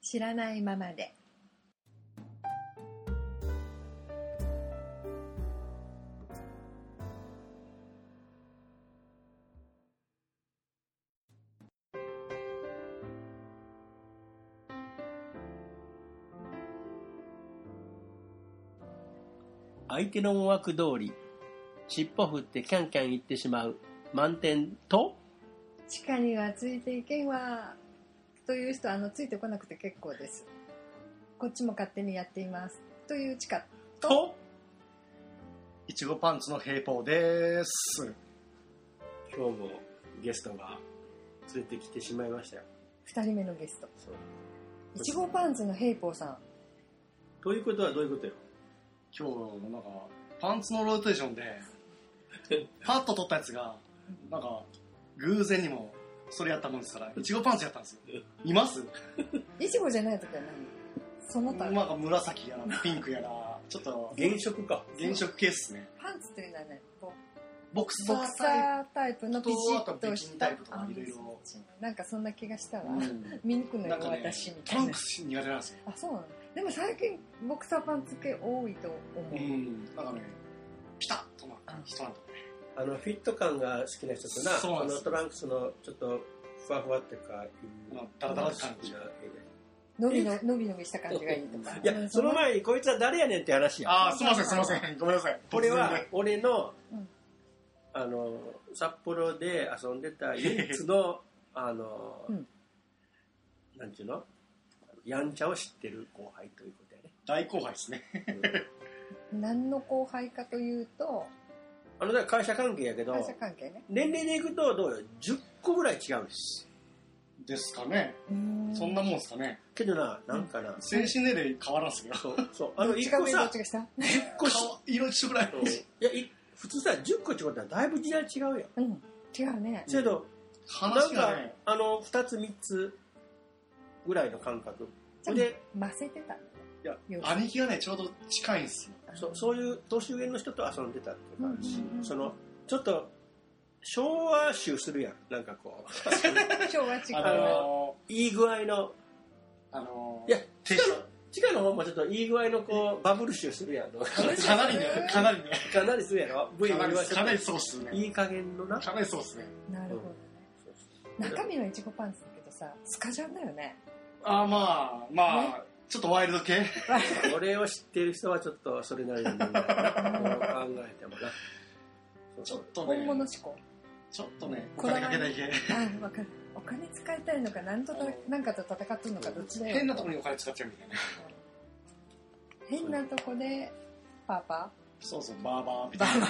知らないままで。 相手の思惑通り尻尾振ってキャンキャン言ってしまう満点と、 地下にはついていけんわという人はついてこなくて結構です。こっちも勝手にやっていますという地下と、 いちごパンツの平方です。 今日もゲストが連れてきてしまいましたよ。 2人目のゲスト、 そういちごパンツの平方さん。 ということはどういうことよ。 今日なんかパンツのローテーションでパッと取ったやつがなんか偶然にもそれやったもんですからいちごパンツやったんですよ。います？ いちごじゃない時は何？その他なんか紫やらピンクやらちょっと原色か。 原色系っすね。 パンツというのはね、 ボクサボクサータイプのピシッとした、 タイプとかいろいろなんかそんな気がしたわ、 うん、 見にくのよ、ね、私みたいな。 トランクス苦手なんですよ。 あ、そうなの。でも最近ボクサーパンツ系多いと思う。 うん、なんかねピタッとな人なんだね。 フィット感が好きな人とな、 そうなんです。 トランクスのちょっとふわふわっていうかダラダラって感じが伸びした感じがいいとか。 いや、その前にこいつは誰やねんって話や。 あ、すいませんごめんなさい。 これは俺の、 うん、 札幌で遊んでた唯一のうん、 なんていうの、やんちゃを知ってる後輩ということやね。 大後輩ですね。 何の後輩かというと、 だから会社関係やけど、 会社関係ね。 年齢でいくとどうよ、10個ぐらい違うんです。 ですかね。そんなもんですかね。 けどな、なんかな、 精神年齢変わらんすけど。 そう 1個さ、10 個色一緒ぐらい。 いや、普通さ、10個違うってだいぶ時代違うやん。 うん、違うね。 けど、 話がね、 2つ3つぐらいの感覚でませてた。いや、兄貴がねちょうど近いんですよ。そういう年上の人と遊んでたっていう感じ。そのちょっと昭和集するやん、なんかこう昭和違う、 いい具合のいや地下の方もちょっといい具合のこうバブル集するやん。 かなりするやろ。 かなりそうっすね。 いい加減のな。 かなりそうっすね。 なるほどね。中身はいちごパンツだけどさ、スカジャンだよね。 まあちょっとワイルド系。 俺を知ってる人はちょっとそれなりに考えてもな。 ちょっとね。 本物志向。 ちょっとね、お金かけない系。 あ、わかる。お金使いたいのか、なんかと戦ってるのか、どっちだよ。 変なところにお金使っちゃうみたいな。 変なとこでパーパー。そうバーバーみたいな。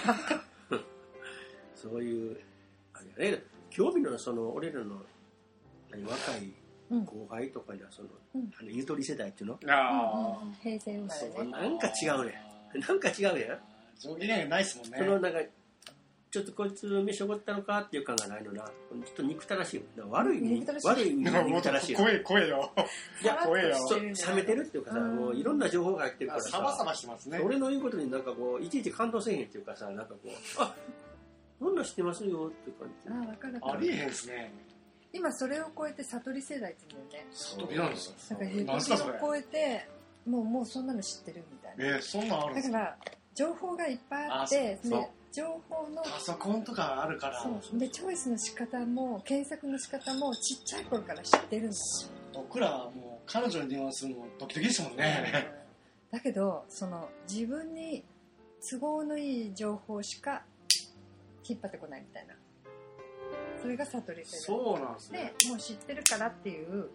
そういうあれやね。興味のその俺らの若い後輩とかにはその、ゆとり世代っていうの、 平成生まれね。 なんか違うね。なんか違うやん。 上下ねないっすもんね。 そのなんかちょっとこいつ飯おごったのかっていう感がないのな。ちょっと憎たらしい。悪い憎たらしい。 怖えよ。いや怖えよ。冷めてるっていうかさ、もういろんな情報が入ってるからさ。 サバサバしてますね。 俺の言うことになんかこういちいち感動せえへんっていうかさ、なんかこうそんな知ってますよっていう感じ。 わかる。 ありえへんですね。 今それを超えて悟り世代って言うんだよね。 悟りなんですか。なんか悟りを超えてもうそんなの知ってるみたいな。 そんなんあるんですか。 だから情報がいっぱいあって、情報のパソコンとかあるから。 そうでチョイスの仕方も検索の仕方もちっちゃい頃から知ってるんですよ。 僕らはもう彼女に電話するのドキドキですもんね。 だけどその自分に都合のいい情報しか引っ張ってこないみたいな。それが悟り世代。 そうなんですね。 でもう知ってるからっていう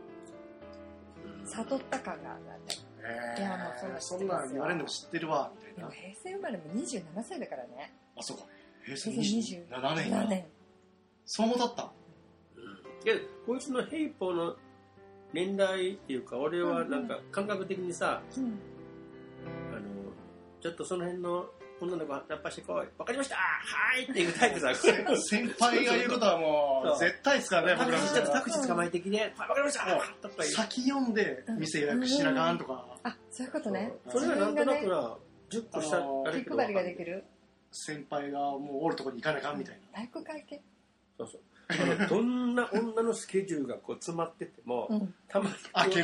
悟った感があるんだね。いやもうそんなん言われるのも知ってるわみたいな。 でも平成生まれも27歳だからね。 あ、そうか。平成27年。そうもだった。 いやこいつの平方の年代っていうか俺はなんか感覚的にさ、ちょっとその辺の女の子やっぱしてこい、わかりましたはいっていうタイプだ。 先輩が言うことはもう絶対ですからね。僕らタクシー捕まえてきてわかりました先読んで店予約しながんとか。 あ、そういうことね。 それがなんとなくな10個した気配りができる先輩がもうおるとこに行かなかんみたいな。 体育会系。 そうどんな女のスケジュールがこう詰まってても、たまに開ける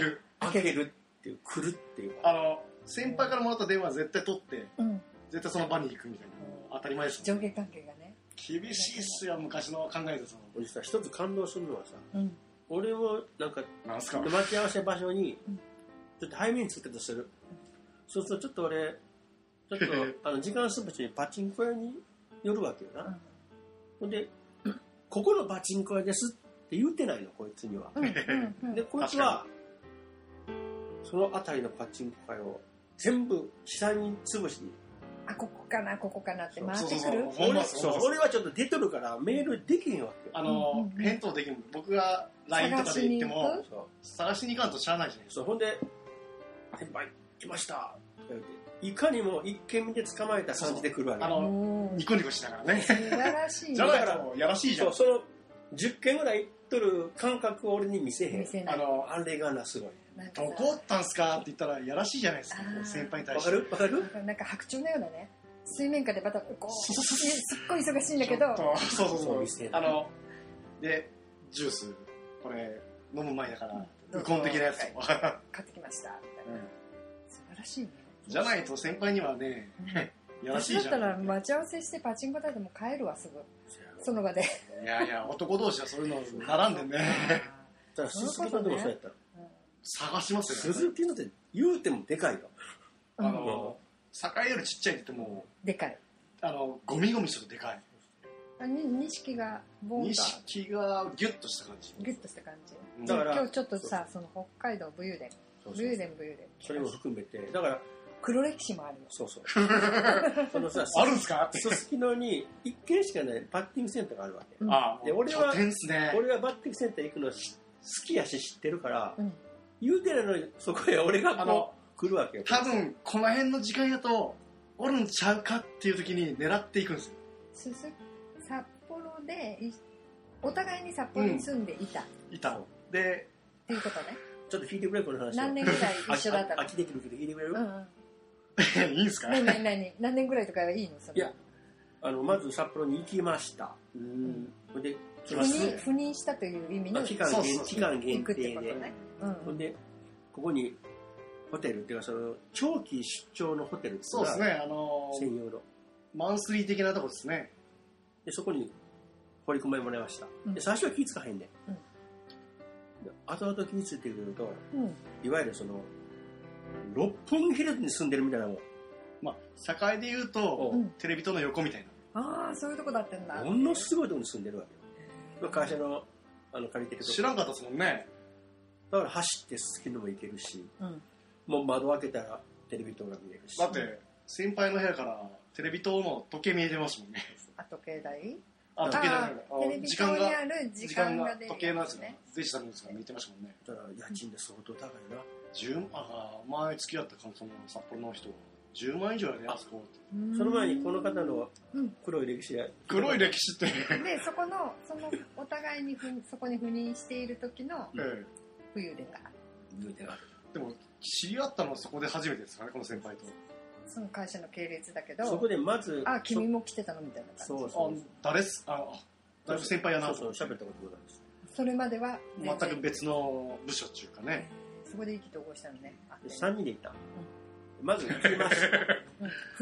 開けるっていう来るっていう先輩からもらった電話は絶対取って、絶対その場に行くみたいな、当たり前です上下関係がね厳しいっすよ、昔の考えです。 俺さ一つ感動するのはさ、俺もなんか待ち合わせ場所にちょっと早めに着くとする、そうするとちょっと俺ちょっと時間すぐにパチンコ屋に寄るわけよな、ほんでここのパチンコ屋ですって言ってないのこいつには、でこいつはその辺りのパチンコ屋を全部下に潰しに、 ここかなここかなって回ってくる。 俺はちょっと出とるからメールできへんわけよ。 返答できん。僕が LINE とかで言っても探しに行かんと知らないじゃないですか。 ほんで先輩来ましたとか言って、いかにも一軒目で捕まえた感じで来るわけ。 ニコニコしながらね。 素晴らしい。 じゃないとやらしいじゃん。 その10件ぐらい行っとる感覚を俺に見せへん。あれがなすごい。 どこおったんすかって言ったらやらしいじゃないですか、先輩に対して。 わかるなんか白鳥のようなね、水面下でバタこうすっごい忙しいんだけど、 そうでジュースこれ飲む前だからウコン的なやつを買ってきましたみたいな、素晴らしいね。 じゃないと先輩にはね、やらしいじゃん。 私だったら待ち合わせしてパチンコ台でも帰るわ、すぐその場で。 いや男同士はそういうの並んでね。 だから鈴木さんでもそうやったら探しますよね。 鈴木のって言うてもでかいよ。 栄よりちっちゃいって言ってもでかい。 ゴミゴミするとでかい。 錦がボンと錦がギュッとした感じ。 ギュッとした感じ。だから今日ちょっとさ、その北海道武勇伝それも含めて、だから黒歴史もあるよ。 そうそのさあるんすか？ すすきのに一軒しかないバッティングセンターがあるわけ。で俺はバッティングセンター行くの好きやし知ってるから、言うてないのにそこへ俺が来るわけよ。 多分この辺の時間やとおるんちゃうかっていう時に狙っていくんですよ。 札幌でお互いに札幌に住んでいた。 でっていうことね。 ちょっと聞いてくれこの話。 何年ぐらい一緒だったの？ 飽きてくるけど聞いてくれる？ いいんすか？ 何年ぐらいとかはいいの？ いやまず札幌に行きました。で赴任したという意味の期間限定で、ほんでここにホテルっていうかその長期出張のホテルっていうのが専用のマンスリー的なとこですね。 でそこに放り込めもらいました。で最初は気ぃつかへんね。後々気ぃついてくると、いわゆるその六本木ヒルズに住んでるみたいなもん。 栄でいうとテレビ塔の横みたいな。ああそういうとこだったんだ。 ものすごいとこに住んでるわけよ。会社の借りてるとこ。 知らんかったですもんね。 だから走って好きのも行けるし、もう窓開けたらテレビ塔が見えるし。 だって先輩の部屋からテレビ塔の時計見えてますもんね。 時計台？ 時計台。 テレビ塔にある時間が出る時計のやつね。デジタルのやつが見えてましたもんね。 だから家賃で相当高いな。 前付き合ったその札幌の人は10万以上やで、あそこって。 その前にこの方の黒い歴史や。 黒い歴史って。 でそのお互いにそこに赴任している時の冬でがある。 でも知り合ったのはそこで初めてですかね、この先輩と。 その会社の系列だけど、 そこでまず君も来てたのみたいな感じ。 そう誰っすだいぶ先輩やな。 そう喋ったことございます。 それまでは全く別の部署っていうかね。 そこで意気投合したのね。 3人で行った。まず行きました。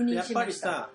やっぱりさ、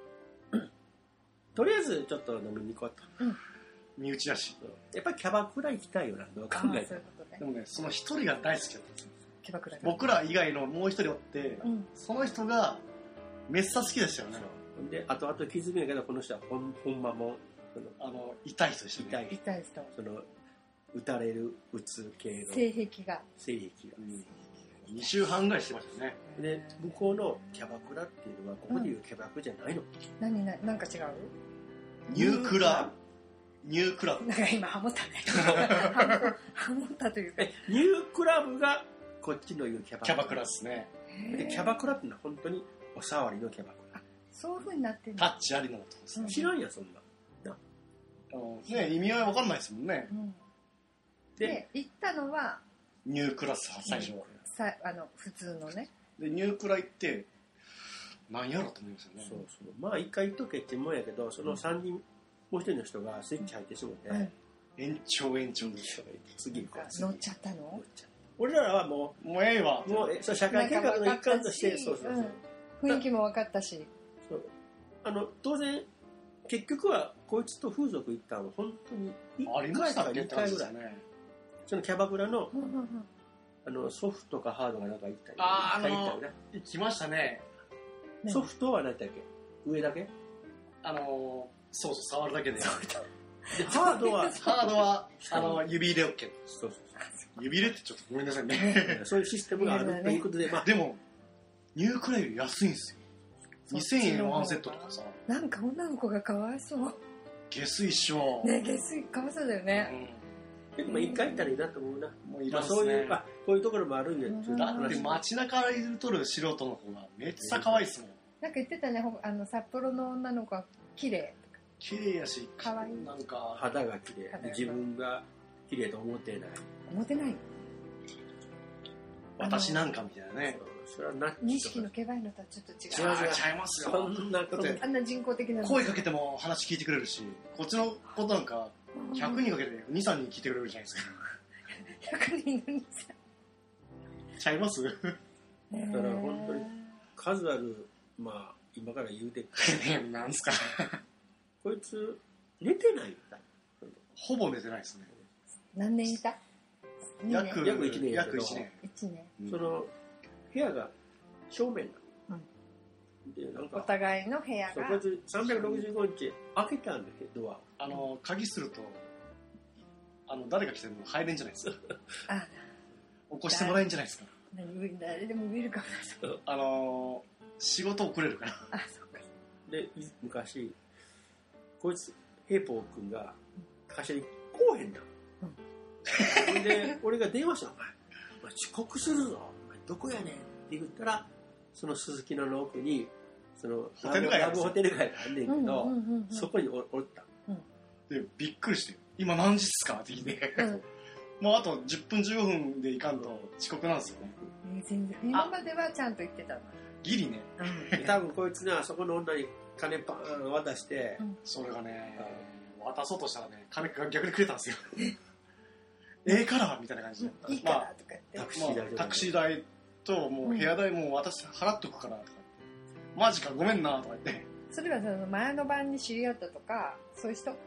とりあえずちょっと飲みに行こうと。 身内だし。 やっぱりキャバクラ行きたいよな、どう考えたら。 でもね、その一人が大好きだったんですよ。 キャバクラ。 僕ら以外のもう一人おって、その人がめっさ好きでしたよね。 で、後々気づくんやけど、この人はほんまも痛い人でしたね。 痛い人。 その打たれる打つ系の性癖が。 2週半ぐらいしてましたね。 で、向こうのキャバクラっていうのはここでいうキャバクラじゃないの。 なんか違う？ ニュークラブ。 なんか今ハモったね。ハモったというか。 ニュークラブがこっちの言うキャバクラですね。 でキャバクラってのは本当にお触りのキャバクラ。 そういう風になってる。 タッチありのことですね。 知らんやそんな。 ね、意味合いわかんないですもんね。 で行ったのはニュークラス最初は。 普通のね。 でニュークラ行って何やろと思いますよね。 まあ一回行っとけってもんやけど、その3人もう一人の人がスイッチ入ってしまって、 延長次乗っちゃったの？ 俺らはもうええわ。 うそう社会計画の一環として、そう、 雰囲気も分かったし。 そう。当然、結局は、こいつと風俗行ったのは、本当に1回か2回ぐらい。そのキャバクラの、ソフトかハードがなんか行ったり。 行きましたね。 ソフトは何だっけ？上だけ？ そう触るだけで。 ハードは、指入れ OK。 そう。 指入れってちょっとごめんなさいね。 そういうシステムがあるということで、 でも、ニュークラより安いんですよ。2000円のワンセットとかさ。 なんか女の子がかわいそう。 下水一緒。 ね、下水かわいそうだよね。 でも一回行ったらいいなと思うな。 もういらんすね。 こういうところもあるんやって。 だって街中歩いとる素人の子がめっちゃ可愛いっすもん。 なんか言ってたね、札幌の女の子は綺麗。 綺麗やし、 可愛い。 なんか肌が綺麗。自分が綺麗と思ってない。 思ってない。 私なんかみたいなね。 それはな錦のケバいのとはちょっと違う。ちゃいますよ。 そんなことあんな人工的な声かけても話聞いてくれるし、こっちのことなんか100人かけて2、3人聞いてくれるじゃないですか。 100人の2、3 ちゃいますだから本当に数ある、まあ今から言うてなんすかこいつ寝てないんだ。 ほぼ寝てないですね。 何年いた？ 約1年。 約1年。 その部屋が正面なの。でなんかお互いの部屋が。 こいつ365日開けたんだけどドア。 鍵すると誰が来ても入れんじゃないですか。起こしてもらえんじゃないですか。 誰でも見るかも。仕事遅れるから。 そうか。 で昔こいつヘイポー君が会社に来おへんな。で俺が電話したの。お前遅刻するぞ。どこやねんって言ったら、その鈴木の奥にそのラブホテル街があんねんけど、そこにおった。 でびっくりして「今何時っすか?」って聞いて、もうあと10分15分で行かんと遅刻なんですよね。 全然今まではちゃんと言ってたの。 ギリね。 多分こいつがそこの女に金パーン渡して、 それがね渡そうとしたらね金が逆にくれたんですよ。からみたいな感じで、 いいからとか言って、 タクシー代ともう部屋代も私払っとくからとか、マジかごめんなとか言って。 それはその前の晩に知り合ったとかそういう人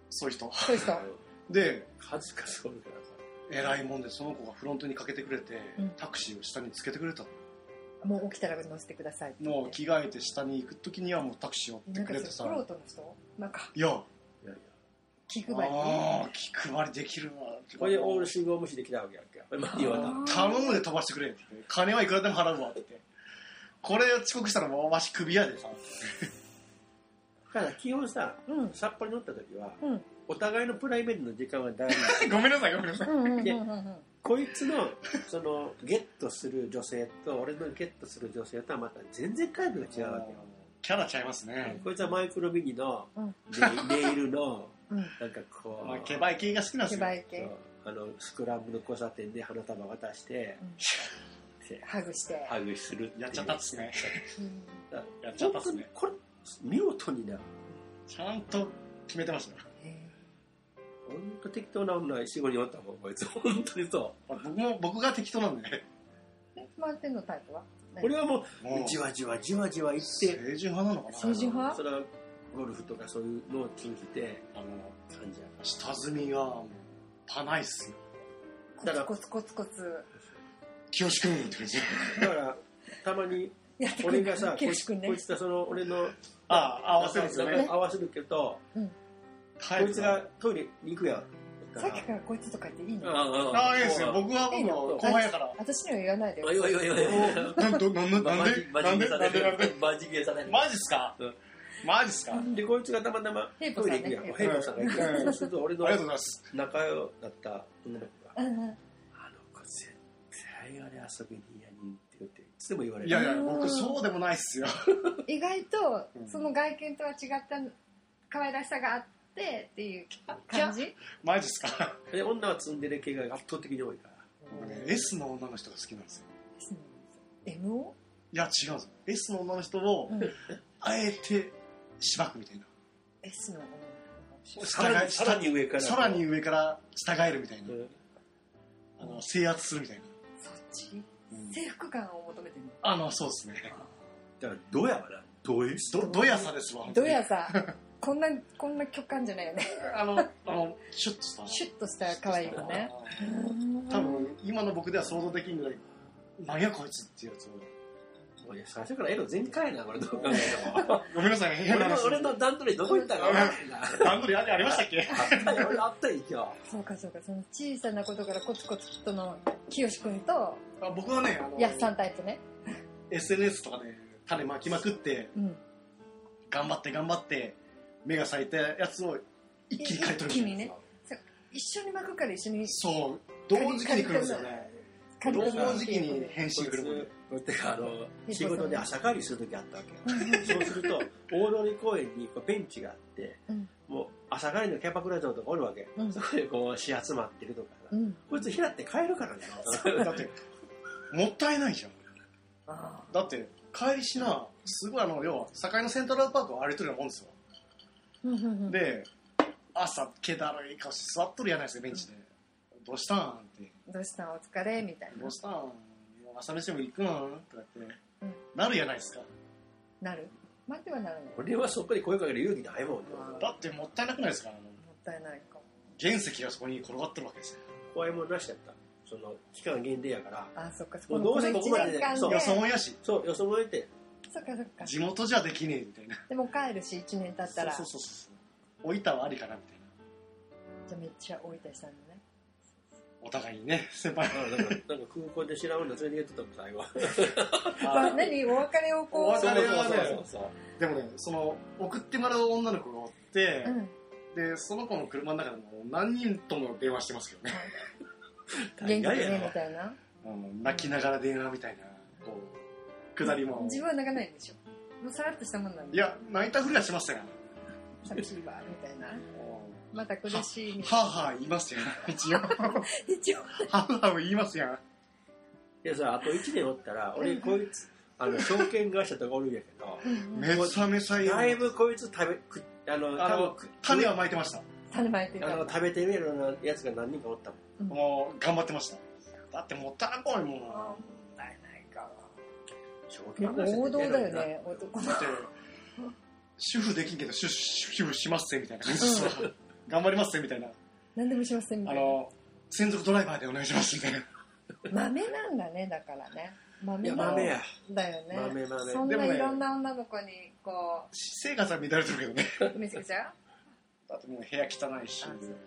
で数々おるからさ、 偉いもんでその子がフロントにかけてくれて、タクシーを下につけてくれたの。 もう起きたら乗せてくださいって。 もう着替えて下に行く時にはもうタクシーを追ってくれてさ。 フロートの人なんかいや気配り気配りできるわ。 これでオール信号無視できたわけやっけ。 頼むで飛ばしてくれって。金はいくらでも払うわって。これ遅刻したらもうわし首やでさ。 だから基本さ、札幌に乗った時は、お互いのプライベートの時間は大事。 ごめんなさい。 でこいつのそのゲットする女性と俺のゲットする女性とはまた全然タイプが違うわけよ。 キャラちゃいますね。 こいつはマイクロミニのネイルのなんかこうケバイ系が好きなんですよ。 スクランブル交差点で花束渡してハグする。 やっちゃったっすね。やっちゃったっすね。 これ見事になちゃんと決めてました。 ほんと適当な女4、5人おったもんこいつ。本当にそう。 僕が適当なんで。 回ってんのタイプはこれはもうじわじわいって清純派なのかな。 清純派。 それはゴルフとかそういうのを通じて感じや。 下積みがパないっすよ。 コツコツ清志くんって感じ。 だからたまに俺がさこいつとその俺の合わせるんですよね。 合わせるけどこいつがトイレに行くやん。 さっきからこいつとか言っていいの？ いいですよ。僕は後輩やから。 私には言わないでよ。 なんでマジゲーされる。 マジっすか？マジっすか？ でこいつがたまたまヘイポさんね。 ヘイポさんが行くやん。そうすると俺のありがとうございます。 仲良だった女の子があの子絶対あれ遊びにやにんって言っていつでも言われる。 いや僕そうでもないっすよ。 意外とその外見とは違った可愛らしさがあってっていう感じ？ マジっすか？ で女はツンデレ系が圧倒的に多いから。 S の女の人が好きなんですよ。 MO？ いや違うんですよ。S の女の人をあえてしばくみたいな。 S のさらに上から従えるみたいな。制圧するみたいな。 征服感を求めてる。 そうですね。 だからどうやわな、どういうどやさですわ。 どやさ。こんな巨漢じゃないよね。 シュッとした。 シュッとした可愛いよね。 多分今の僕では想像できんぐらい、何やこいつっていうやつを。 いや最初からエロ全然変えな、これどう考えても。 ごめんなさい、 俺の段取りどこ行ったの？ 段取りありましたっけ？ あったよ、今日。 そうか、その小さなことからコツコツとの清君と、 僕はね、 やっさんタイプね。 SNS とかで種まきまくって、頑張って芽が咲いたやつを一気に刈り取る。 一気にね。一緒に巻くから一緒に。 そう、同時期に来るんですよね。同時期に返信来るもん。 てか仕事で朝帰りする時あったわけ。そうすると大通公園にベンチがあって、もう朝帰りのキャバクラ嬢とかおるわけ。そこでこう始発待ってるとか、こいつ拾って帰るからね。 だってもったいないじゃん。だって帰りしな、すごい要は堺のセントラルパークを歩いてるようなもんですよ。で朝気だるい顔して座っとるやないですか、ベンチで。どうしたんって。 どうしたんお疲れみたいな。 どうしたん朝飯も行くんとかってなるやないですか。 なる？待ってはならない。 俺はそこに声かける勇気ないもんね。 だってもったいなくないですか？もったいないかも。 原石がそこに転がってるわけですよ。 怖いもんなしだった。その期間限定やから。 あ、そっか。 もうどうせここまでで、 そうよそもやし。 そうよそもえて。 そっかそっか。 地元じゃできねえみたいな。 でも帰るし1年経ったら。 そう。置いたはありかなみたいな。 じゃあめっちゃ置いたりしたんだね。 お互いにね、先輩。 なんか空港で知らん女連れて行ってたもん、最後。何お別れをこう。 お別れはね、でもね、送ってもらう女の子がおって、で、その子の車の中でも何人とも電話してますけどね。 元気でね、みたいな。 泣きながら電話みたいな、こう、くだりも。 自分は泣かないんでしょ。もうさらっとしたもんなんで。 いや、泣いたふりはしましたよ。 寂しいわ、みたいな。また苦しいみたいな。はぁはぁ言いますよ。一応。はぁはぁ言いますやん。 いやさ、あと1年おったら、俺こいつ、証券会社とかおるんやけど、 めちゃめちゃいい。 だいぶこいつ種は巻いてました。 種巻いてた。 食べてみるようなやつが何人かおったもん。もう、頑張ってました。だってもったいなこいもん。もったいないか。 証券会社王道だよね、男だって、主婦できんけど、主婦しますぜ、みたいな感じですわ。頑張りますぜ、みたいな。 何でもしますみたいな。 専属ドライバーでお願いします、みたいな。 豆なんだね、だからね。豆や。 だよね。 豆。 そんないろんな女の子に、こう。 私生活は乱れてるけどね。 見つけちゃう？ だってもう部屋汚いし、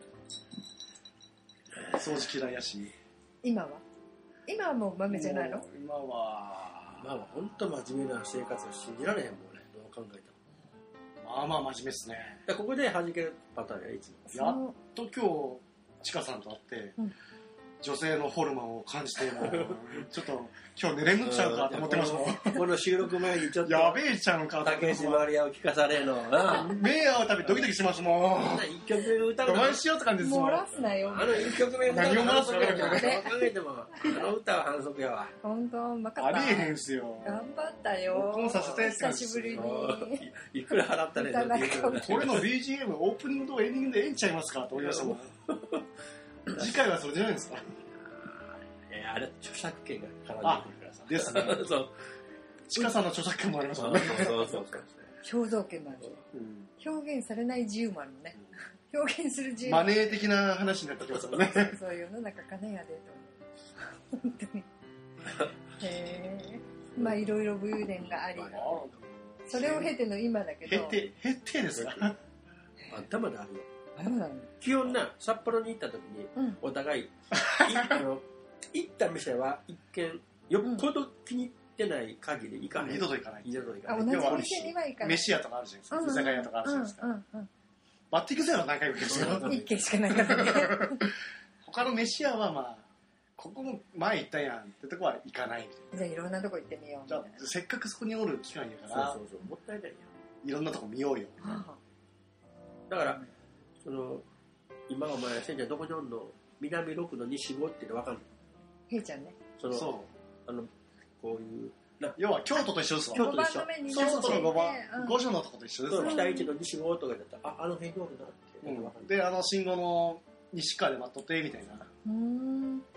掃除嫌いやし。 今はもう豆じゃないの？ 今は本当真面目な生活を信じられへんもんね、どう考えても。まあ真面目っすね。 ここで弾けるパターンや、いつも。 やっと今日、ちかさんと会って、女性のホルモンを感じて、ちょっと今日寝れんのちゃうかと思ってましたもん。 この収録前にちょっとやべえちゃうんかと竹内まりやを聞かされるの目合うたびドキドキしますもん。 1曲目歌うのどないしようって感じですもん。 漏らすなよ。 1曲目歌うの何を漏らすのか考えても歌は反則やわ。 本当うまかった。 ありえへんすよ。 頑張ったよ。 録音させてって久しぶりに。 いくら払ったね。 これの BGM オープニングとエンディングでええんちゃいますかと思いましたもん。次回はそれじゃないですか。 あれ著作権が絡んでくるからさ。 ですね。そう。ちかさんの著作権もありますもんね。 そう。 肖像権もある。表現されない自由もあるもんね。表現する自由。 マネー的な話になってきますもんね。 そういう世の中金やでと。本当に。まあいろいろ武勇伝があり。それを経ての今だけど。 経てですか？ あんたまであるよ。基本な、札幌に行った時に、お互い、行った店は一見よっぽど気に入ってない限り行かない。 二度と行かない。 同じ店には行かない。 飯屋とかあるじゃないですか。居酒屋とかあるじゃないですか。バッティングセアは何回も行くんですよ。 一軒しかないからね。 他の飯屋はまあここも前行ったやんってとこは行かないみたいな。 じゃあいろんなとこ行ってみよう。 じゃあせっかくそこにおる機会やから。 そうもったいないや。 いろんなとこ見ようよ。 だから今お前せんちゃんどこにおんの？南6の西5って分かんない。 へいちゃんね。 そうこういう要は京都と一緒ですわ。 京都と一緒。 そうそう5番五所のとこと一緒ですわ。 北一の西5とかだったらあの辺におるなって。 で信号の西側で待っとってみたいな。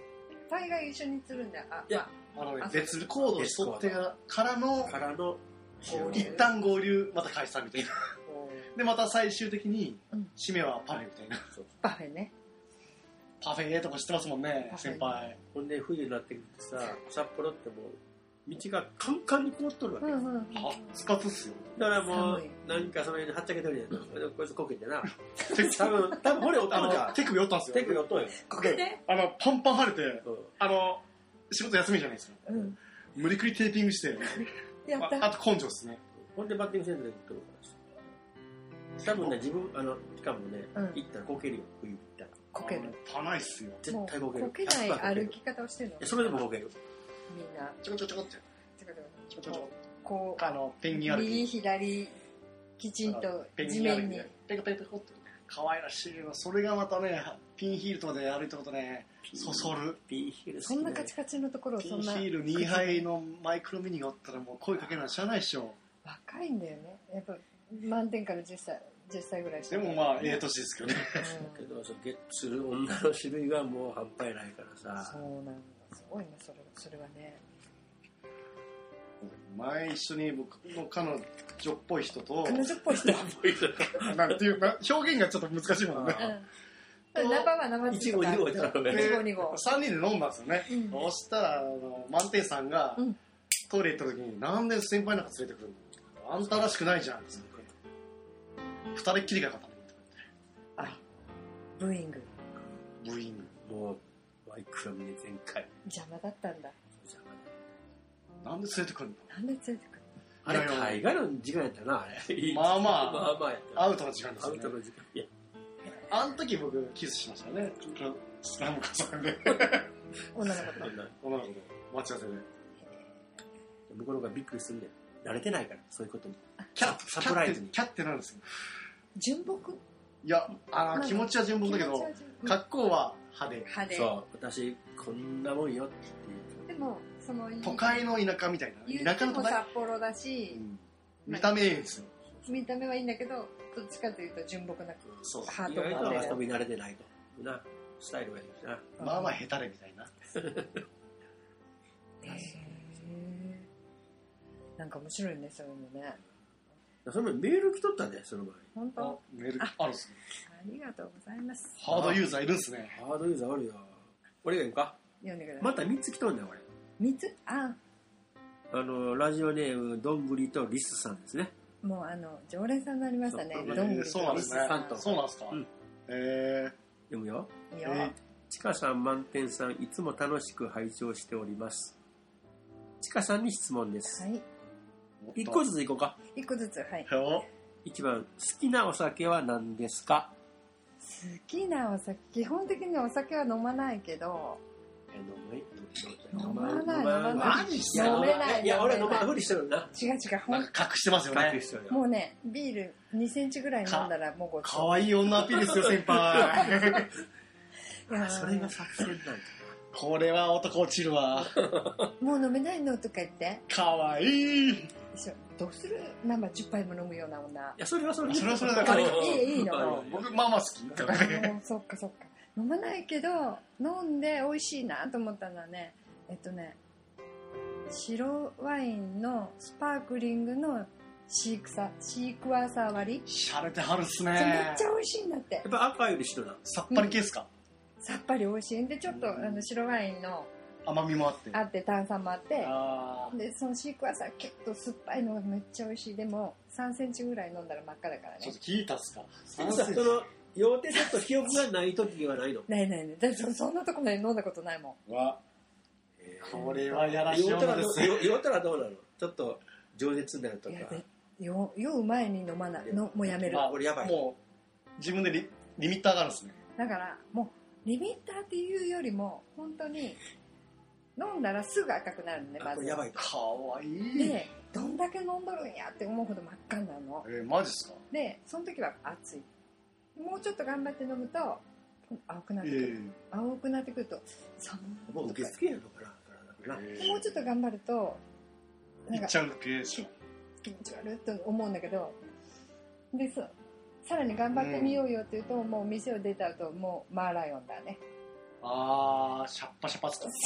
大概一緒にするんだよ。 いや、別コードを取ってからの一旦合流、また解散みたいな。で、また最終的に、締めはパフェみたいな。 パフェね。 パフェとか知ってますもんね、先輩。 ほんで、冬になってくるとさ、札幌ってもう、道がカンカンに凍っとるわけ。 スカツっすよ。 だからもう、なんかその辺ではっちゃけとるやん。こいつこけてな。多分骨折ったのじゃん。 手首折ったんすよ。 手首折ったんよ。 こけてパンパン腫れて、仕事休みじゃないですか。無理くりテーピングして、あと根性っすね。 ほんでバッティングセンターで取るから多分ね、自分、しかもね、行ったらこけるよ、冬行ったら。 こける。 パないっすよ。 絶対こける。 こけない歩き方をしてるの？ それでもこける。 みんな。 ちょこちょこって。 ちょこちょこ。こう、 ペンギン歩き。 右左、きちんと地面に。 ペコペコペコって。可愛らしいわ。それがまたね、ピンヒールとかで歩いたことね、そそる。 ピンヒール。 そんなカチカチのところをそんな。 ピンヒール2杯のマイクロミニがおったらもう声かけなしゃあないっしょ。 若いんだよね。やっぱ満点から10歳ぐらいでもまあ、ええ年ですけどね。 けど、ゲッツする女の種類がもう半端ないからさ。 そうなんだ。すごいね、それはね。 前一緒に僕の彼女っぽい人と。 彼女っぽい人なんていうか、表現がちょっと難しいもんね。 ナンバーは生 1号2号じゃなくて 1号2号 3人で飲んだんですよね。そしたら満点さんがトイレ行った時に、なんで先輩なんか連れてくるの、あんたらしくないじゃんって2人っきりがよかったね。 あ、ブーイング。 もうマイクロミニ全開。 邪魔だったんだ。 なんで連れてくるの？ なんで連れてくるの？ あれ海外の時間やったな、あれ。 まあまあやった。 アウトの時間ですよね。 アウトの時間。いや、 あの時僕キスしましたね。スラムカさんで。 女の子と。 女の子と待ち合わせで。 向こうの方がびっくりするんだよ。慣れてないから、そういうことに。 サプライズに。キャってなんですよ。 純朴？ いや、気持ちは純朴だけど、格好は派手。 そう、私こんなもんよって言う。でも、その都会の田舎みたいな。田舎の都会。 札幌だし、 見た目いいんですよ。 見た目はいいんだけど、どっちかというと純朴なハートが遊び慣れてないと。な、スタイルがいいしな。 まあまあヘタレみたいな。 なんか面白いね、そういうのね。 そのメール来とったね、その前。 本当？ メールあるっすね。 ありがとうございます。 ハードユーザーいるんすね。 ハードユーザーあるよ。俺が言うか？ 読んでください。 また3つ来とんねん、俺。 3つ？ ラジオネーム、どんぐりとリスさんですね。 もう常連さんになりましたね。 どんぐりとリスさんと。そうなんですか？ 読むよ。 いいよ。 ちかさん、満点さん、いつも楽しく拝聴しております。ちかさんに質問です。 はい。 1個ずついこうか。 1個ずつ、はい。 1番、好きなお酒は何ですか？ 好きなお酒、基本的にお酒は飲まないけど、飲まない。 マジっすか？ 飲めない。 いや、俺飲まないふりしてるな。 違う。 隠してますよね。 もうね、ビール2センチぐらい飲んだらもうごちそう。 かわいい女アピールですよ、先輩。 それが作戦なんだ。 これは男落ちるわ。 もう飲めないのとか言って。 かわいい。 どうする？生10杯も飲むような女。いや、それはそれだから。 いいの。 僕、まあまあ好き。 そっか。飲まないけど、飲んで美味しいなと思ったのはね、白ワインのスパークリングのシークワーサー割り。 しゃれてはるっすね。 めっちゃ美味しいんだって。 やっぱ赤より白だ。 さっぱり系ですか？ さっぱり美味しい。で、ちょっと白ワインの甘みもあって。 炭酸もあって。で、そのシークワーサー結構酸っぱいのがめっちゃ美味しい。でも、3センチぐらい飲んだら真っ赤だからね。 ちょっと聞いたっすか？ その、酔ってちょっと記憶がない時はないの？ ない。だってそんなとこまで飲んだことないもん。 これはやらしい女ですよ。 酔ったらどうなの？ちょっと饒舌になるとか。 酔う前に飲まない。もうやめる。 俺やばい。 もう、自分でリミッターがあるんですね。 だから、もう、リミッターっていうよりも、本当に、飲んだらすぐ赤くなるのね、まず。 これやばいと。 かわいい。 で、どんだけ飲んどるんやって思うほど真っ赤になるの。 マジっすか？ で、その時は熱い。もうちょっと頑張って飲むと、青くなってくる。青くなってくると、寒い。 もう受付やのかな。 もうちょっと頑張ると、 いっちゃう系でしょ。 気持ち悪いと思うんだけど、で、さらに頑張ってみようよって言うと、もう店を出た後、もうマーライオンだね。 シャッパシャパっすか。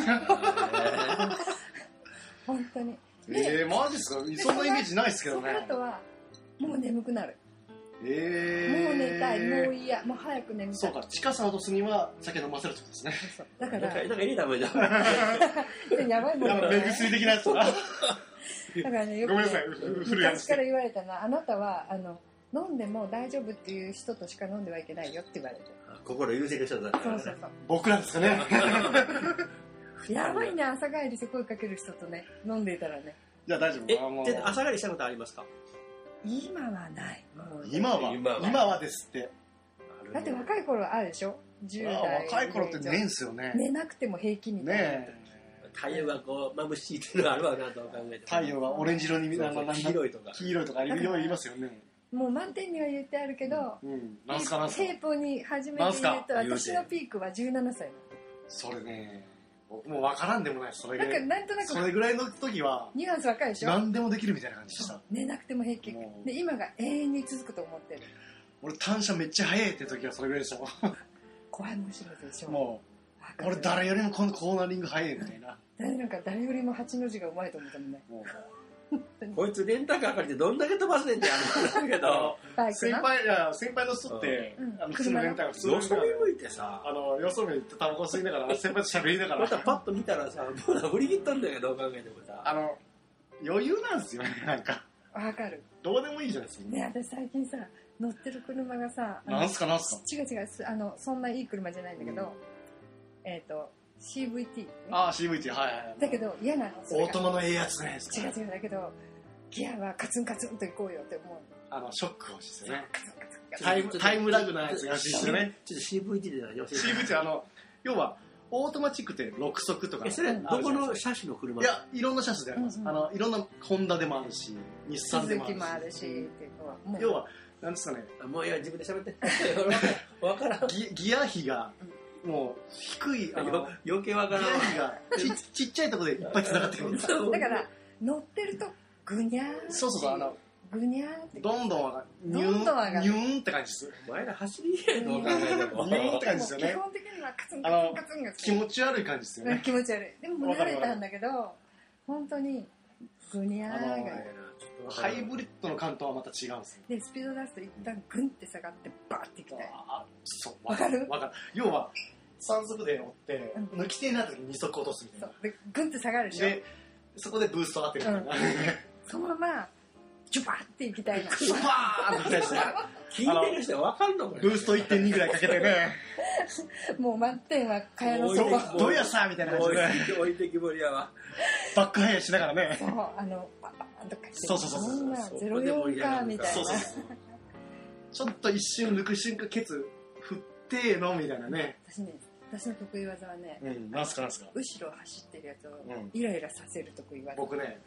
本当に。 マジっすか。そんなイメージないっすけどね。 その後はもう眠くなる。もう寝たい、もう嫌、もう早く眠たい。 そうか、近さを落とすには酒飲ませるってことですね。 そうだからなんか入れた方がいいじゃん。 やばいもんね。 目薬的なやつだ。だからね、よく昔から言われたな、あなたは飲んでも大丈夫っていう人としか飲んではいけないよって言われて。 心優先の人だ。 そうそうそう。 僕らですかね。 やばいね、朝帰りして声かける人とね、飲んでいたらね。 じゃあ大丈夫。 朝帰りしたことありますか？ 今はない。 今はですって。 だって若い頃はあるでしょ。10代。 若い頃って寝んすよね。 寝なくても平気みたいな。 ね。 太陽がこう眩しいっていうのがあるわなと考えて。 太陽がオレンジ色に黄色いとか。 黄色いとかいろいろ言いますよね。 もう満点には言ってあるけど、 なんすか平方に初めて言うと、私のピークは17歳。 それね、僕も分からんでもない。それぐらい。 なんとなくそれぐらいの時は、 ニュアンス若いでしょ。 何でもできるみたいな感じでした。 寝なくても平気。で、今が永遠に続くと思ってる。 俺、単車めっちゃ速いって時はそれぐらいでしたもん。 怖いもん知らずでしょ。 もう、俺誰よりもこのコーナリング速いみたいな。 誰よりも8の字がうまいと思ったもんね。 こいつレンタカー借りてどんだけ飛ばすねんってだけど先輩の人って普通のレンタカー普通のよそ見向いてさよそ見行ってタバコ吸いながら先輩と喋りながらまたパッと見たらさもう振り切ったんだけどどう考えてもさ余裕なんですよね。なんかわかる。 どうでもいいじゃないですか。 ね、私最近さ乗ってる車がさなんすか違うそんないい車じゃないんだけど、CVT、ね、 CVT はいだけど嫌なの。 オートマのええやつね。 違うだけどギアはカツンカツンといこうよって思う。 ショック欲しいですよね。タイムラグなやつが欲しいですよね。 ちょっと CVT で何を教えて。 CVT 要はオートマチックって6速とか。 それどこの車種の車？ いやいろんな車種であります。いろんなホンダでもあるし日産でもあるし。 鈴木もあるしっていうのは要はなんですかね。 もういや自分で喋って。わからん。 ギア比がもう低い余計わからん。 ギア比がちっちゃいところでいっぱい繋がってくるんですよ。 だから乗ってるとグニャーそうグニャーってどんどん上がるニューンって感じです。 お前ら走りへんのかね。 ニューンって感じですよね。 基本的にはカツンカツンカツンが気持ち悪い感じですよね。 気持ち悪い。でも慣れたんだけど本当にグニャーがハイブリッドの感とはまた違うんですよ。 でスピード出すと一旦グンって下がってバーっていきたい。 そうわかる。要は3速で乗って抜き手になった時に2速落とすみたいな。 でグンって下がるでしょ。 でそこでブースト当てるみたいな。 そのままジュバーっていきたいな。 ジュバーっていきたいですね。 聞いてる人は分かんのこれ。 ブースト 1.2 ぐらいかけてね。 もう満点は蚊帳の底。 どうやさみたいな感じで。 置いてきぼりやわ。 バックハイヤーしながらね。 そうパンパンとかして。 そう。 そんな04かみたいな。 ちょっと一瞬抜く瞬間ケツ振ってのみたいなね。 私の得意技はね、 なんすか後ろ走ってるやつをイライラさせる得意技。 僕ね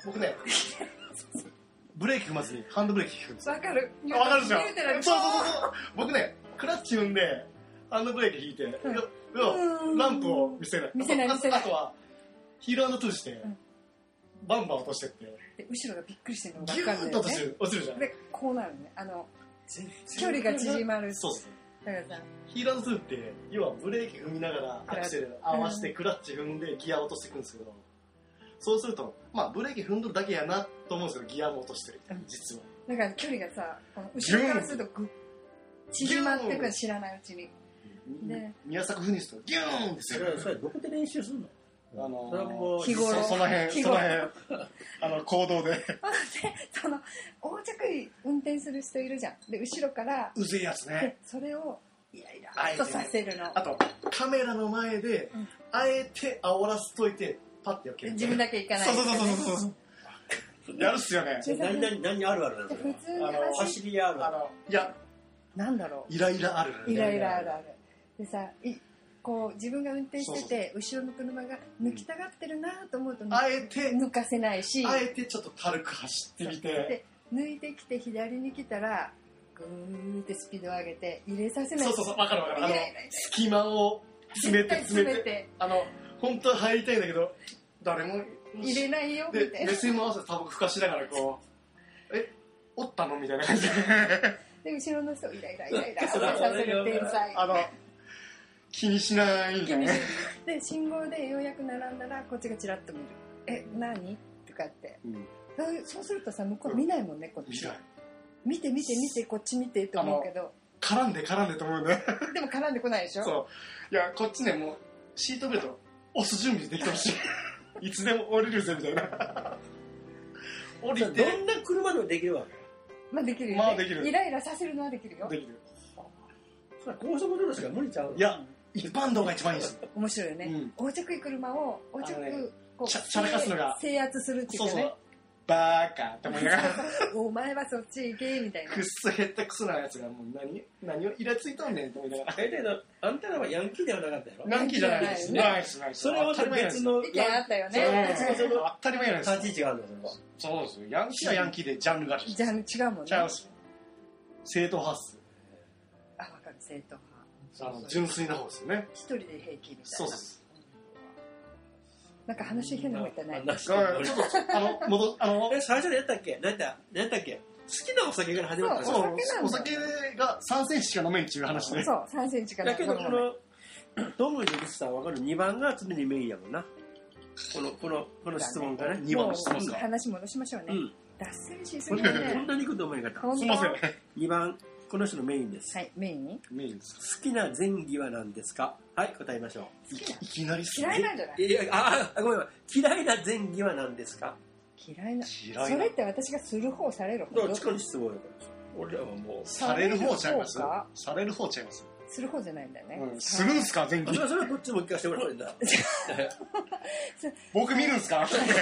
ブレーキ踏まずにハンドブレーキ引くんですよ。 わかるでしょ。そう僕ねクラッチ踏んでハンドブレーキ引いてランプを見せない。あとはヒール&トゥーしてバンバン落としてってで後ろがびっくりしてるのがギューッと落ちるじゃん。 でこうなるね。距離が縮まる。 そうですね。 だからさヒール&トゥーって要はブレーキ踏みながらアクセル合わせてクラッチ踏んでギア落としていくんですけど、そうするとブレーキ踏んどるだけやなと思うんですけどギアも落としてる実は。 だから距離がさ後ろからすると縮まってくる知らないうちに。 で宮坂フニスとギューンですよ。 それどこで練習するの？ 日頃その辺行動で横着運転する人いるじゃん。で後ろからうぜえやつね。 それをイライラとさせるの。 あとカメラの前であえて煽らせといてパッて避ける。 自分だけ行かない。 そうやるっすよね。 何あるあるなんですか？ 普通に走りあるある。 いやなんだろう。 イライラある。 イライラある。でさこう自分が運転してて後ろの車が抜きたがってるなと思うとあえて抜かせないし、 あえてちょっと軽く走ってみてで抜いてきて左に来たらグーってスピードを上げて入れさせない。 そう分かる隙間を詰めて本当は入りたいんだけど誰も入れないよみたいな。 目線も合わせてタバコふかしながらこうおったのみたいな感じで後ろの人イライラさせる天才。 気にしないんじゃね。 で信号でようやく並んだらこっちがチラッと見る。何とかって、そうするとさ向こう見ないもんね、こっち。見てこっち見てと思うけど、 絡んでと思うね。 でも絡んでこないでしょ。 そう。いやこっちね、もうシートベルト押す準備できてほしい。いつでも降りるぜみたいな。降りてどんな車でもできるわけ。 まあできるよね。 まあできる。 イライラさせるのはできるよ。 できる。 それは高速道路しか無理ちゃう。 いや一般道が一番いいです。 面白いよね。横着い車を横着こうチャラかすのが制圧するっていうかね。 そうバーカって思いながら。 お前はそっち行けみたいな。 くっそ減ったクソなやつがもう何をイラついとんねんって思いながら。 あんたらはヤンキーではなかったやろ。 ヤンキーじゃないですね。ないです。 それは別の意見あったよね。 当たり前なんです。 立ち位置があるんだ。 そうですよ。ヤンキーはヤンキーでジャンルがある。 ジャンル違うもんね。 違うんですよ。正統派っす。 あ、わかる、正統派。 純粋な方ですよね。 一人で平気みたいな。 そうです。 なんか話変なこと言ってない。 ちょっと最初でやったっけ？何やったっけ？好きなお酒から始まった。 そう、お酒が3センチしか飲めんっていう話で。 そう、3センチから。 だけどこのドムでさ分かる2番が常にメインやもんな。この質問がね。 2番の質問か。 話戻しましょうね。脱線しすぎてね。 こんなにいくと思いなかった。 すみません。 2番。この人のメインです。 はい、メインです。 好きな前戯は何ですか？はい、答えましょう。いきなり嫌いなんじゃない？ ごめん。嫌いな前戯は何ですか？ 嫌いな。それって私がする方される方？ どっちかに質問やから。俺らはもうされる方ちゃいます。される方ちゃいます。 する方じゃないんだよね。 するんすか前戯？ それはこっちも聞かせてもらうんだ。 僕見るんすか？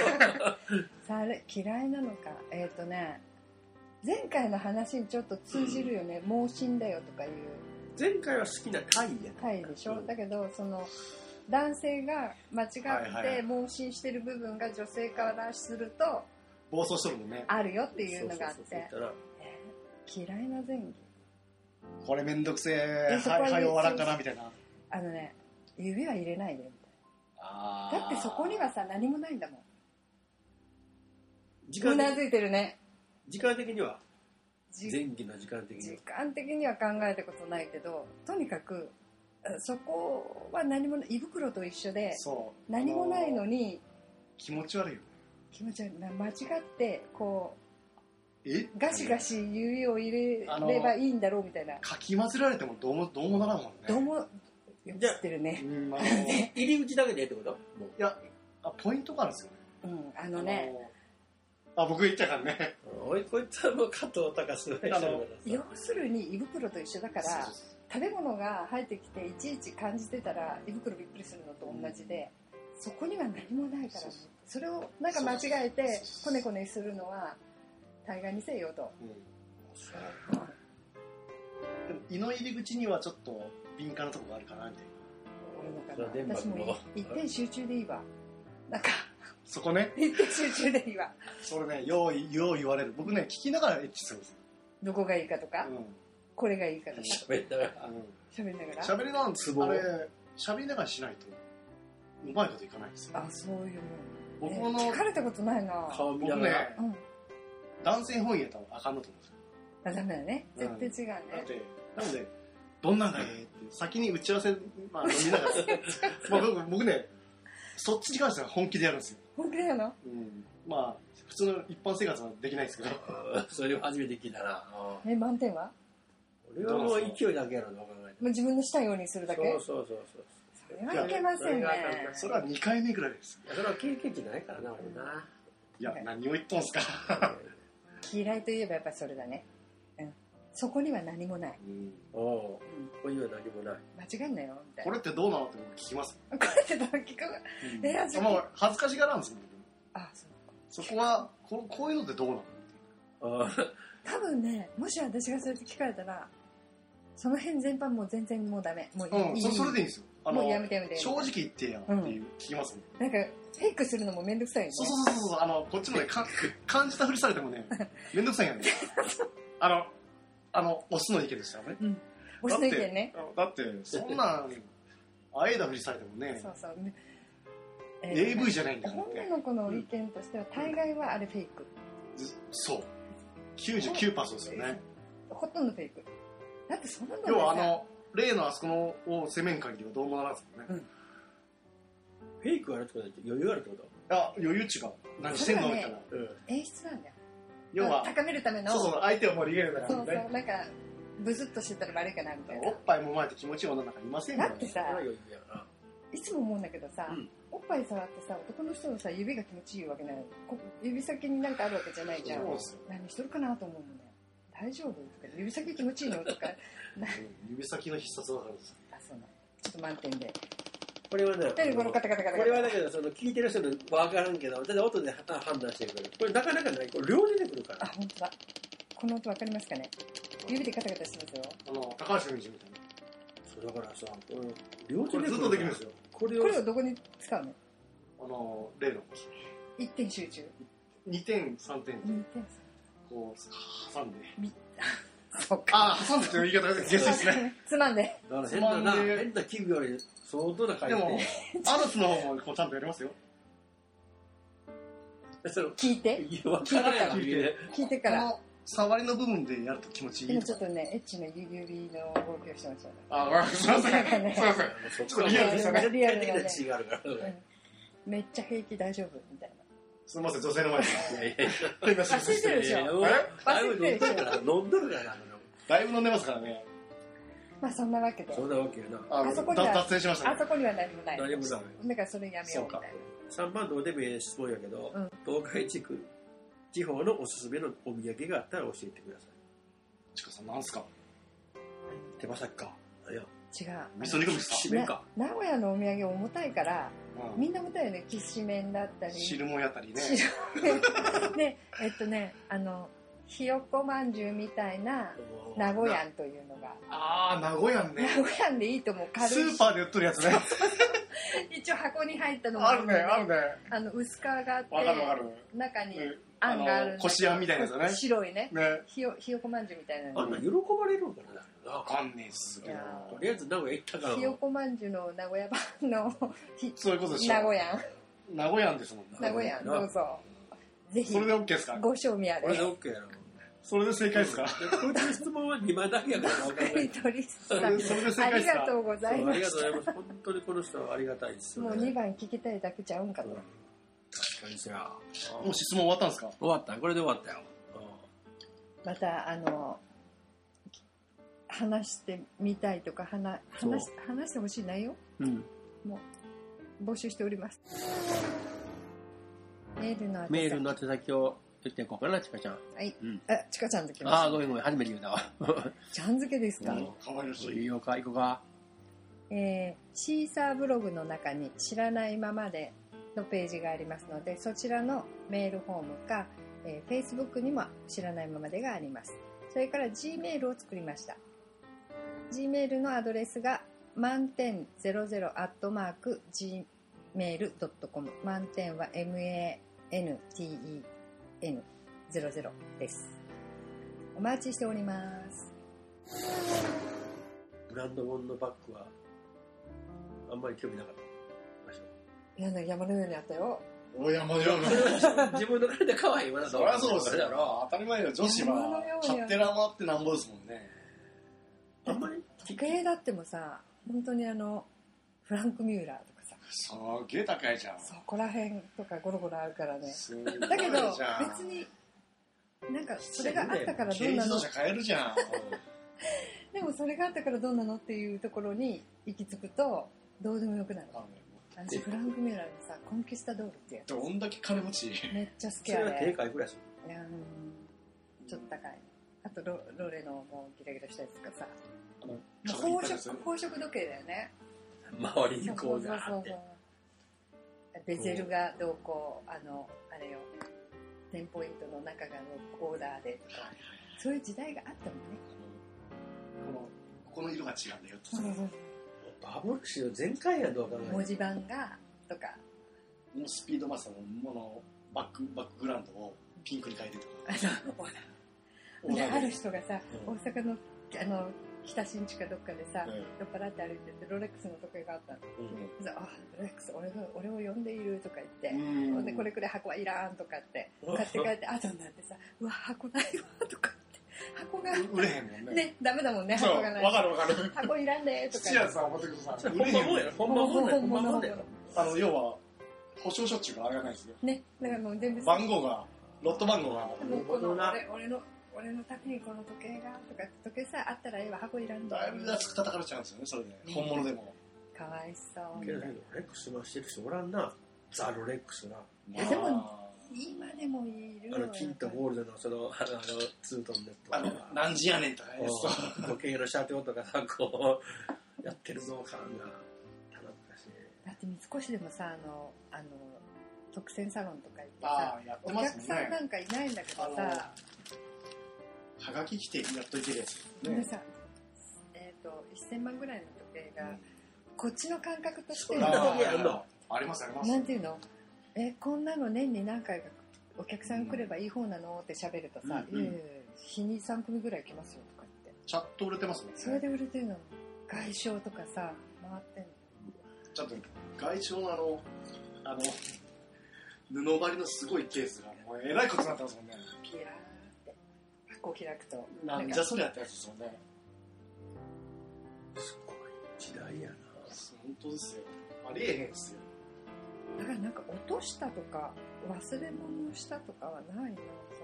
嫌いなのか。前回の話にちょっと通じるよね。盲信だよとかいう。 前回は好きなタイやタイでしょ。だけどその男性が間違って盲信してる部分が女性からすると暴走しとるもんね。 あるよっていうのがあって。嫌いな前戯。 これめんどくせえ。はい終わらんかなみたいな。 指は入れないでみたいな。だってそこにはさ何もないんだもん。うなずいてるね。 時間的には前戯の時間的には考えたことないけど、とにかくそこは何もない。胃袋と一緒で何もないのに気持ち悪いよね。 気持ち悪い。間違ってこうガシガシ指を入れればいいんだろうみたいな。 かき混ぜられてもどうもならんもんね。 どうもよく知ってるね。 入り口だけでってこと？ いやポイントがあるんですよね。僕言っちゃうからね。 こいつはもう加藤隆の要するに胃袋と一緒だから、食べ物が入ってきていちいち感じてたら胃袋びっくりするのと同じで、そこには何もないから、それをなんか間違えてコネコネするのは大概にせよと。 でも胃の入り口にはちょっと敏感なところがあるかなみたいな。 私も一点集中でいいわ。なんかそこね。 一点集中でいいわ。それね、よう言われる。僕ね、聞きながらエッチするんですよ。 どこがいいかとか、これがいいかとか。 喋りながら。 喋りながら、あれ、喋りながらしないと、うまいこといかないんですよ。 あ、そういうもん。僕聞かれたことないな。 僕ね、男性本位やったらあかんのと思うんですよ。 ダメだね。絶対違うね。 なので、どんなんがいいって先に打ち合わせ、飲みながら。僕ね、そっちに関しては本気でやるんですよ。 本気でやるの？ 普通の一般生活はできないですけど。 それを初めて聞いたな。 満点は？ 俺はもう勢いだけやろな、考えて。 自分のしたいようにするだけ？ そう。 それはいけませんね。 それは2回目ぐらいです。 それは経験値ないからな、俺な。 いや、何を言っとんすか。 嫌いといえばやっぱりそれだね。そこには何もない。 ここには何もない。 間違えんなよみたいな。 これってどうなのって僕聞きます。 これってどう聞く？ もう恥ずかしがらんですよ。 そこはこういうのってどうなの？ 多分ね、もし私がそうやって聞かれたら、その辺全般もう全然もうダメ。もういい。 それでいいんですよ。 もうやめて。 正直言ってやっていう聞きますね。 なんかフェイクするのもめんどくさいよね。 そう。こっちもね感じたふりされてもねめんどくさいよね。オスの意見でしたよね。 オスの意見ね。 だってそんなんあえだふりされてもね。 そう。 AV じゃないんだから。 女の子の意見としては大概はあれフェイク。 そう。99%ですよね。 ほとんどフェイク。だってそんなの要は例のあそこのを攻めん限りはどうもならんすもんね。 フェイクあるってことだと余裕あるってこと？ 余裕っちゅうか、何してんのみたいな。 演出なんだよ。 要は、 高めるための。 そう、相手を盛り上げるからね。 そう、なんか、ブスッとしてたら悪いかなみたいな。 おっぱいもまれて気持ちいい女なんかいませんよ。 だってさ、いつも思うんだけどさ、おっぱい触ってさ、男の人のさ、指が気持ちいいわけない。指先になんかあるわけじゃないじゃん。何しとるかなと思うのね。大丈夫とか、指先気持ちいいのとか。 指先の必殺技なんですよ。 あ、そうなの。ちょっと満点で。 これはね、 このカタカタカタ。 これはだけど、その聞いてる人の分からんけど、ただ音で判断してくる。これなかなかない。これ両出てくるから。 あ、本当だ。この音分かりますかね。指でカタカタしてますよ。 高橋名人みたいな。 そうだからさ、これ両手でずっとできるんですよ。 これをどこに使うの？ 例の。 1点集中。 2点、3点。 2点。 こう、挟んで。 そっか。 挟んでっていう言い方が下水ですね。 つまんで。 だから変な器具より相当な回転。 でも、アルスの方もこうちゃんとやりますよ。 聞いて。聞いてから。 触りの部分でやると気持ちいい。 今ちょっとね、エッチな指の動きをしてましたね。 あ、すいません。すいません。ちょっとリアルでしたね。 リアルな違いがあるから。 めっちゃ平気大丈夫みたいな。 すみません、女性の前で。 走ってるでしょ。 走ってるでしょ。飲んどるからな。 だいぶ飲んでますからね。 まあそんなわけで。 そんなわけやな。あそこには脱線しました。 あそこには何もない。 何もない。 だからそれやめようみたいな。 3番どうでもいい質問やけど、東海地方のおすすめのお土産があったら教えてください。 ちかさん、なんすか？ 手羽先か。 違う。 味噌煮込みですか？ 名古屋のお土産重たいから、みんな重たいよね。きしめんだったり。 汁もやったりね。 で、ひよこまんじゅうみたいな名古屋というのが。 ああ、名古屋ね。 名古屋でいいと思う。 軽い。スーパーで売ってるやつね。 一応箱に入ったのもあるね、あるね。 薄皮があって、中にあんがある。こしあんみたいなやつね。 白いね。ひよこまんじゅうみたいな。 あんな喜ばれるんかな。 わかんねえっすけど。 とりあえず名古屋行ったから。 ひよこまんじゅうの名古屋版のそういうことでしょ。 名古屋。 名古屋ですもんね。 名古屋、どうぞ。ぜひ。 それで OK ですか？ ご賞味あれ。 これで OK やろ。 それで正解ですか？ こいつの質問は2番だけやから分かんない。 それで正解ですか？ ありがとうございます。 ありがとうございます。本当にこの人はありがたいですよね。 もう2番聞きたいだけちゃうんかと。 確かにじゃあ。 もう質問終わったんですか？ 終わった。これで終わったよ。 また話してみたいとか話してほしい内容、もう募集しております。メールの宛先を言っていこうかな、ちかちゃん。 はい。ちかちゃんときました。 ごめん、初めて言うたわ。 ちゃん付けですか？ かわいらしい。 いいよか、行こうか。 シーサーブログの中に知らないままでのページがありますので、そちらのメールフォームか、Facebook にも知らないままでがあります。それから Gmail を作りました。Gmail のアドレスが満点00@gmail.com。満点は MANTEN00 です。お待ちしております。 ブランド物のバッグはあんまり興味なかった。 いや、山のようにあったよ。 お山のように。 自分の体可愛いわな。 そりゃそうですよ。当たり前よ。女子は勝手な回ってなんぼですもんね。 あんまり時計だってもさ、本当にフランク・ミューラーとかさ、 すげえ高いじゃん。 そこら辺とかゴロゴロあるからね。だけど別になんかそれがあったからどうなの。軽自動車買えるじゃん。 でもそれがあったからどうなのっていうところに行き着くとどうでもよくなる。私フランク・ミューラーのさ、コンキスタドールってやつ。 どんだけ金持ち？ めっちゃ好きやね。 それは定価いくらする？ ちょっと高い。あとロレのもうギラギラしたやつとかさ。宝飾時計だよね。 周りにこうそうベゼルがどうこうあれよ、10ポイントの中がオーダーでとか、そういう時代があったもんね。 この色が違うんだよって。 バブル誌の全開やん、どう考えても。 文字盤がとか。 スピードマスターのバックグラウンドをピンクに変えてとか。 ある人がさ、大阪の北新地かどっかでさ、酔っ払って歩いててロレックスの時計があったの。あ、ロレックス俺を呼んでいるとか言って、でこれくらい箱はいらんとかって買って帰って後になってさ、うわ箱ないわとかって箱が売れへんもんね。 ね、ダメだもんね、 そう、 箱がない。 わかるわかる。 箱いらんねーとか。 土屋さん思ってください。 ほんまもんやろ、ほんまもんだよ。 要は、保証書っていうかあれがないですよ。 ね、だからもう全部。 番号が、ロット番号が。 もうこの俺のためにこの時計がとか時計さえあったらええわ、箱いらんだいぶ安く叩かれちゃうんですよね、それで。本物でも。 かわいそう。 けどね、ロレックスはしてる人おらんな。ザ・ロレックスな。 でも、今でもいる。 金とゴールドのツートンネット。 何時やねんとかね。 時計の社長とかさ、こう、やってるぞ感が。 だって三越でもさ、特選サロンとか行ってさ、お客さんなんかいないんだけどさ、 はがき来てやっといてるやつ。 でさ、1000万ぐらいの時計が、こっちの感覚としては、 ありますあります。 なんていうの？こんなの年に何回かお客さん来ればいい方なのって喋るとさ、日に3組ぐらい来ますよとか言って。 ちゃんと売れてますもんね。 それで売れてるの。外商とかさ、回ってんの。 ちゃんと外商の布張りのすごいケースがもうえらいことになってますもんね。 ピラーって箱開くとなんじゃそりゃってやつですもんね。 すごい時代やな。 本当ですよ。ありえへんですよ。 だからなんか落としたとか忘れ物したとかはないな、そんな。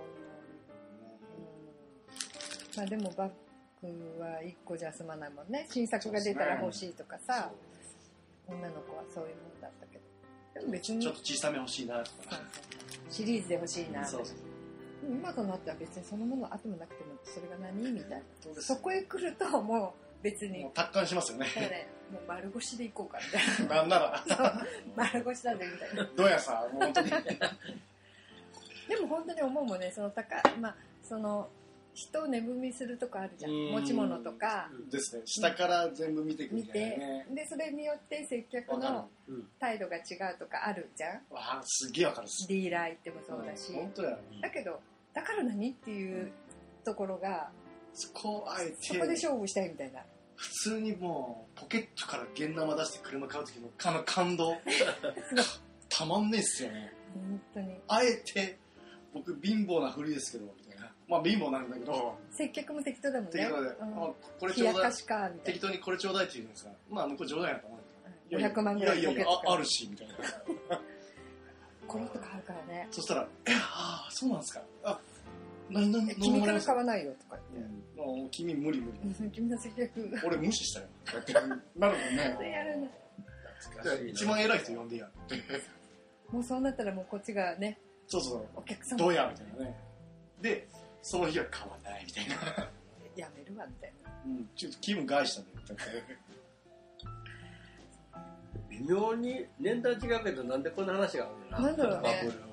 まあでもバッグは1個じゃ済まないもんね。新作が出たら欲しいとかさ、女の子はそういうもんだったけど。でも別にちょっと小さめ欲しいなとか。 シリーズで欲しいな。 そうそう。 今となっては別にそのものあってもなくてもそれが何みたいな。そこへ来るともう別に。もう達観しますよね。 だからね、もう丸腰でいこうかみたいな。 なんなら。 丸腰だぜみたいな。 どうやさ、もう本当に。 でも本当に思うもんね、まあ、人を値踏みするとこあるじゃん。持ち物とか。 ですね。下から全部見ていくみたいなね。 で、それによって接客の態度が違うとかあるじゃん。 すげえわかるっす。 ディーラー行ってもそうだし。 本当や。 だけど、だから何っていうところが、 そこで勝負したいみたいな。 普通にもう、ポケットから現生出して車買う時の感動。たまんねえっすよね。 本当に。 あえて、僕貧乏なふりですけど、みたいな。まあ貧乏なんだけど。 接客も適当だもんね。 適当で。これちょうだい。適当にこれちょうだいって言うんですが、まあ向こう冗談やと思うんです 500万ぐらいいやあるし、みたいな。 コロッと買うからね。 そしたら、そうなんですか。 君から買わないよとか言って。 君無理。 君の接客。 俺無視したよ。なるもんね。 それやるんだ。 一番偉い人呼んでやる。 もうそうなったらもうこっちがね。 そうそう。 お客さん。 どうやみたいなね。で、その日は買わないみたいな。 やめるわみたいな。 ちょっと気分害したね。 微妙に年代違うけどなんでこんな話があるのなんだろうね。